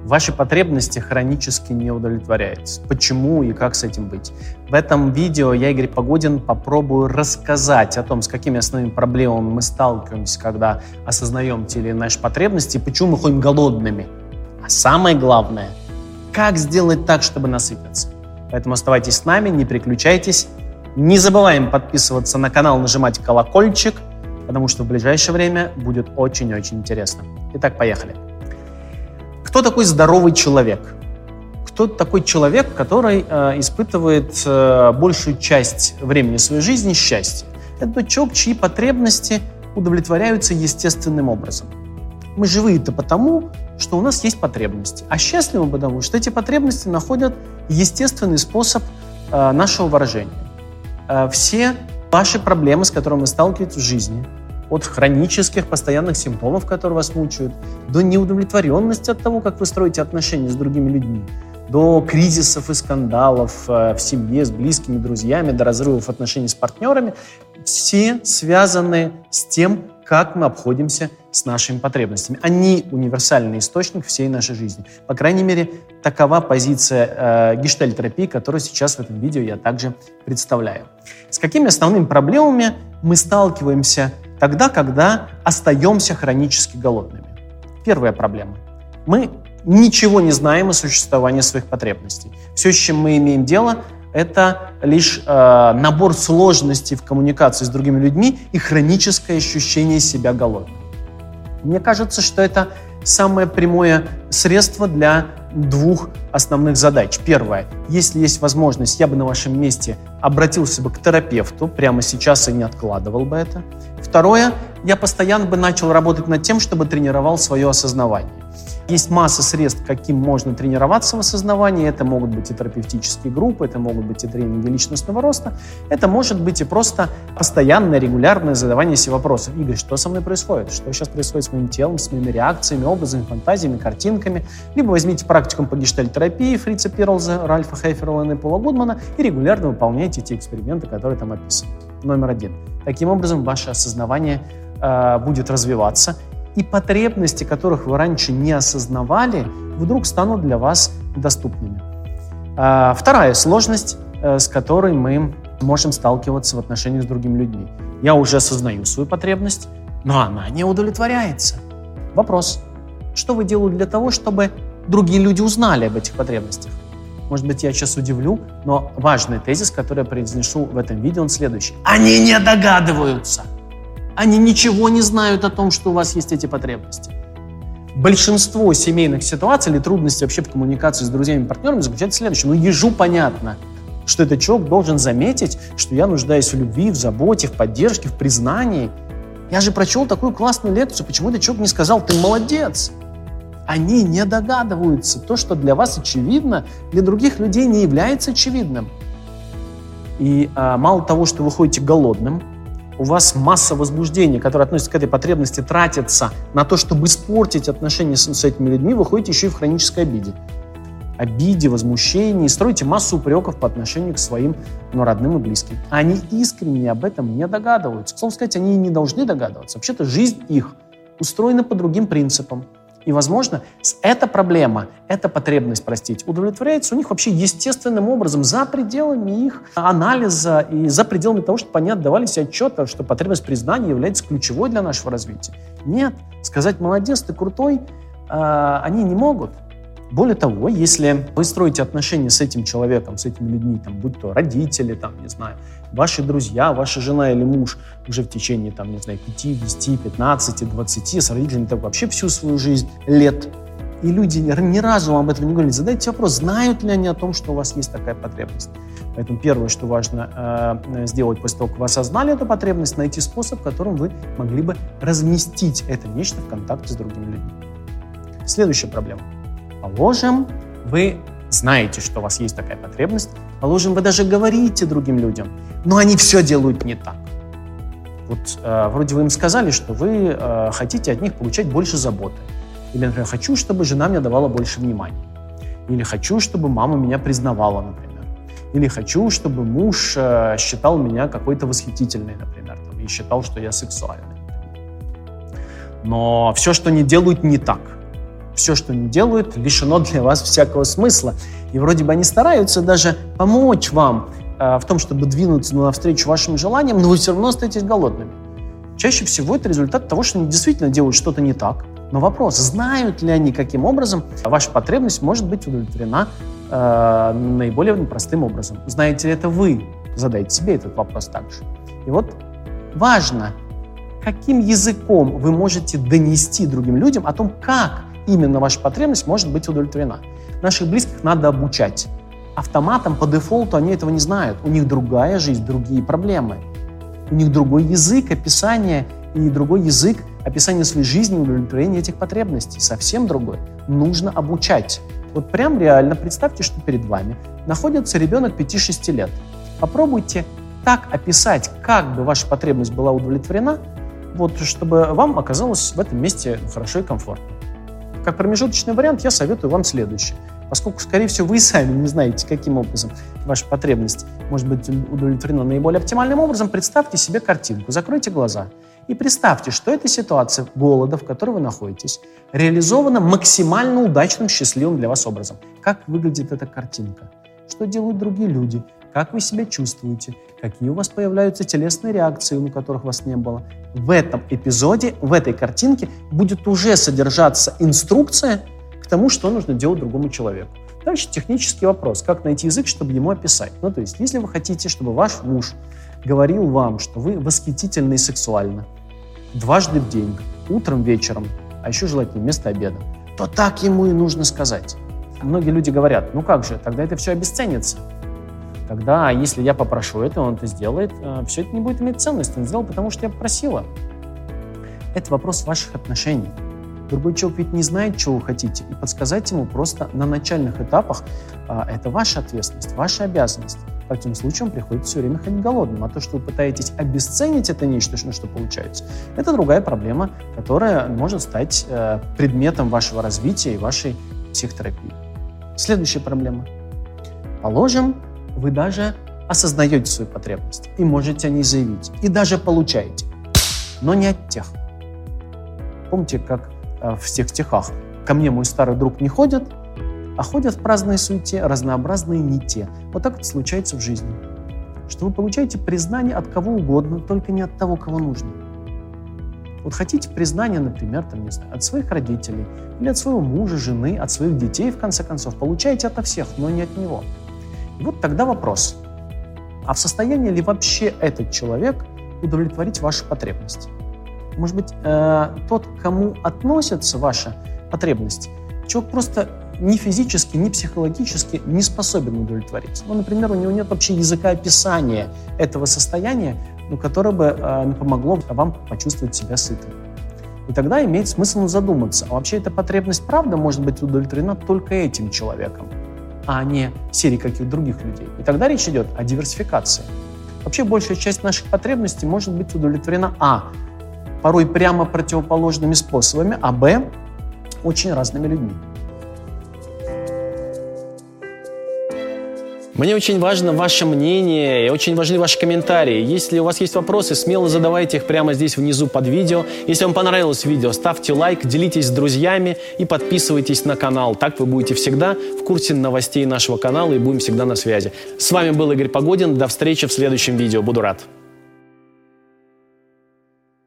ваши потребности хронически не удовлетворяются. Почему и как с этим быть? В этом видео я, Игорь Погодин, попробую рассказать о том, с какими основными проблемами мы сталкиваемся, когда осознаем те или иные наши потребности, и почему мы ходим голодными. А самое главное, как сделать так, чтобы насытиться. Поэтому оставайтесь с нами, не переключайтесь. Не забываем подписываться на канал, нажимать колокольчик, потому что в ближайшее время будет очень-очень интересно. Итак, поехали. Кто такой здоровый человек? Кто такой человек, который испытывает большую часть времени своей жизни счастье? Это тот человек, чьи потребности удовлетворяются естественным образом. Мы живые-то потому, что у нас есть потребности, а счастливы потому, что эти потребности находят естественный способ нашего выражения. Все ваши проблемы, с которыми вы сталкиваетесь в жизни, от хронических постоянных симптомов, которые вас мучают, до неудовлетворенности от того, как вы строите отношения с другими людьми, до кризисов и скандалов в семье, с близкими, друзьями, до разрывов отношений с партнерами, все связаны с тем, как мы обходимся с нашими потребностями. Они универсальный источник всей нашей жизни. По крайней мере, такова позиция гештальт-терапии, которую сейчас в этом видео я также представляю. С какими основными проблемами мы сталкиваемся тогда, когда остаемся хронически голодными? Первая проблема. Мы ничего не знаем о существовании своих потребностей. Все, с чем мы имеем дело, это лишь набор сложностей в коммуникации с другими людьми и хроническое ощущение себя голодным. Мне кажется, что это самое прямое средство для двух основных задач. Первое. Если есть возможность, я бы на вашем месте обратился бы к терапевту прямо сейчас и не откладывал бы это. Второе. Я постоянно бы начал работать над тем, чтобы тренировал свое осознавание. Есть масса средств, каким можно тренироваться в осознавании. Это могут быть и терапевтические группы, это могут быть и тренинги личностного роста. Это может быть и просто постоянное, регулярное задавание себе вопросов. Игорь, что со мной происходит? Что сейчас происходит с моим телом, с моими реакциями, образами, фантазиями, картинками? Либо возьмите практикум по гештальт-терапии Фрица Перлза, Ральфа Хейферла и Пола Гудмана и регулярно выполняйте те эксперименты, которые там описаны. Номер 1. Таким образом, ваше осознавание будет развиваться, и потребности, которых вы раньше не осознавали, вдруг станут для вас доступными. Вторая сложность, с которой мы можем сталкиваться в отношениях с другими людьми. Я уже осознаю свою потребность, но она не удовлетворяется. Вопрос. Что вы делаете для того, чтобы другие люди узнали об этих потребностях? Может быть, я сейчас удивлю, но важный тезис, который я произнесу в этом видео, он следующий. Они не догадываются. Они ничего не знают о том, что у вас есть эти потребности. Большинство семейных ситуаций или трудностей вообще в коммуникации с друзьями и партнерами заключается в следующем. Ежу понятно, что этот человек должен заметить, что я нуждаюсь в любви, в заботе, в поддержке, в признании. Я же прочел такую классную лекцию, почему этот человек не сказал «ты молодец». Они не догадываются. То, что для вас очевидно, для других людей не является очевидным. И мало того, что вы ходите голодным, у вас масса возбуждения, которое относится к этой потребности, тратится на то, чтобы испортить отношения с этими людьми, вы ходите еще и в хронической обиде, возмущении, строите массу упреков по отношению к своим родным и близким. Они искренне об этом не догадываются. К слову сказать, они и не должны догадываться. Вообще-то жизнь их устроена по другим принципам. И, возможно, эта проблема, эта потребность, удовлетворяется у них вообще естественным образом, за пределами их анализа и за пределами того, чтобы они отдавали себе отчет, что потребность признания является ключевой для нашего развития. Нет, сказать «молодец, ты крутой» они не могут. Более того, если вы строите отношения с этим человеком, с этими людьми, будь то родители, ваши друзья, ваша жена или муж уже в течение, 5, 10, 15, 20, с родителями вообще всю свою жизнь, лет, и люди ни разу вам об этом не говорили, задайте вопрос, знают ли они о том, что у вас есть такая потребность. Поэтому первое, что важно сделать после того, как вы осознали эту потребность, найти способ, которым вы могли бы разместить это нечто в контакте с другими людьми. Следующая проблема. Положим, вы знаете, что у вас есть такая потребность. Положим, вы даже говорите другим людям, но они все делают не так. Вроде вы им сказали, что вы хотите от них получать больше заботы. Или, например, хочу, чтобы жена мне давала больше внимания. Или хочу, чтобы мама меня признавала, например. Или хочу, чтобы муж считал меня какой-то восхитительной, например, и считал, что я сексуальный. Но все, что они делают, не так. Все, что они делают, лишено для вас всякого смысла. И вроде бы они стараются даже помочь вам в том, чтобы двинуться навстречу вашим желаниям, но вы все равно остаетесь голодными. Чаще всего это результат того, что они действительно делают что-то не так. Но вопрос, знают ли они, каким образом ваша потребность может быть удовлетворена наиболее простым образом. Знаете ли это вы? Задайте себе этот вопрос также. И вот важно, каким языком вы можете донести другим людям о том, как именно ваша потребность может быть удовлетворена. Наших близких надо обучать. Автоматом по дефолту они этого не знают. У них другая жизнь, другие проблемы. У них другой язык описания и другой язык описания своей жизни и удовлетворения этих потребностей. Совсем другой. Нужно обучать. Вот прям реально представьте, что перед вами находится ребенок 5-6 лет. Попробуйте так описать, как бы ваша потребность была удовлетворена, вот, чтобы вам оказалось в этом месте хорошо и комфортно. Как промежуточный вариант я советую вам следующее. Поскольку, скорее всего, вы и сами не знаете, каким образом ваша потребность может быть удовлетворена наиболее оптимальным образом, представьте себе картинку, закройте глаза и представьте, что эта ситуация голода, в которой вы находитесь, реализована максимально удачным, счастливым для вас образом. Как выглядит эта картинка? Что делают другие люди? Как вы себя чувствуете? Какие у вас появляются телесные реакции, у которых вас не было? В этом эпизоде, в этой картинке будет уже содержаться инструкция к тому, что нужно делать другому человеку. Дальше технический вопрос. Как найти язык, чтобы ему описать? Ну, то есть, если вы хотите, чтобы ваш муж говорил вам, что вы восхитительны и сексуальны, дважды в день, утром, вечером, а еще желательно вместо обеда, то так ему и нужно сказать. Многие люди говорят, ну как же, тогда это все обесценится. Тогда, если я попрошу это, он это сделает, все это не будет иметь ценность. Он сделал, потому что я попросила. Это вопрос ваших отношений. Другой человек ведь не знает, чего вы хотите, и подсказать ему просто на начальных этапах это ваша ответственность, ваша обязанность. В противном случае он приходит все время ходить голодным. А то, что вы пытаетесь обесценить это нечто, что получается, это другая проблема, которая может стать предметом вашего развития и вашей психотерапии. Следующая проблема. Положим, вы даже осознаете свою потребность и можете о ней заявить, и даже получаете, но не от тех. Помните, как в тех стихах «Ко мне мой старый друг не ходит, а ходят в праздной суете разнообразные не те». Вот так это случается в жизни, что вы получаете признание от кого угодно, только не от того, кого нужно. Вот хотите признания, например, не знаю, от своих родителей, или от своего мужа, жены, от своих детей, в конце концов, получаете ото всех, но не от него. И вот тогда вопрос, а в состоянии ли вообще этот человек удовлетворить ваши потребности? Может быть, тот, к кому относится ваша потребность, человек просто ни физически, ни психологически не способен удовлетворить. Ну, например, у него нет вообще языка описания этого состояния, которое бы помогло вам почувствовать себя сытым. И тогда имеет смысл задуматься, а вообще эта потребность правда может быть удовлетворена только этим человеком, а не серии каких-то других людей. И тогда речь идет о диверсификации. Вообще большая часть наших потребностей может быть удовлетворена порой прямо противоположными способами, а очень разными людьми. Мне очень важно ваше мнение, и очень важны ваши комментарии. Если у вас есть вопросы, смело задавайте их прямо здесь внизу под видео. Если вам понравилось видео, ставьте лайк, делитесь с друзьями и подписывайтесь на канал. Так вы будете всегда в курсе новостей нашего канала и будем всегда на связи. С вами был Игорь Погодин. До встречи в следующем видео. Буду рад.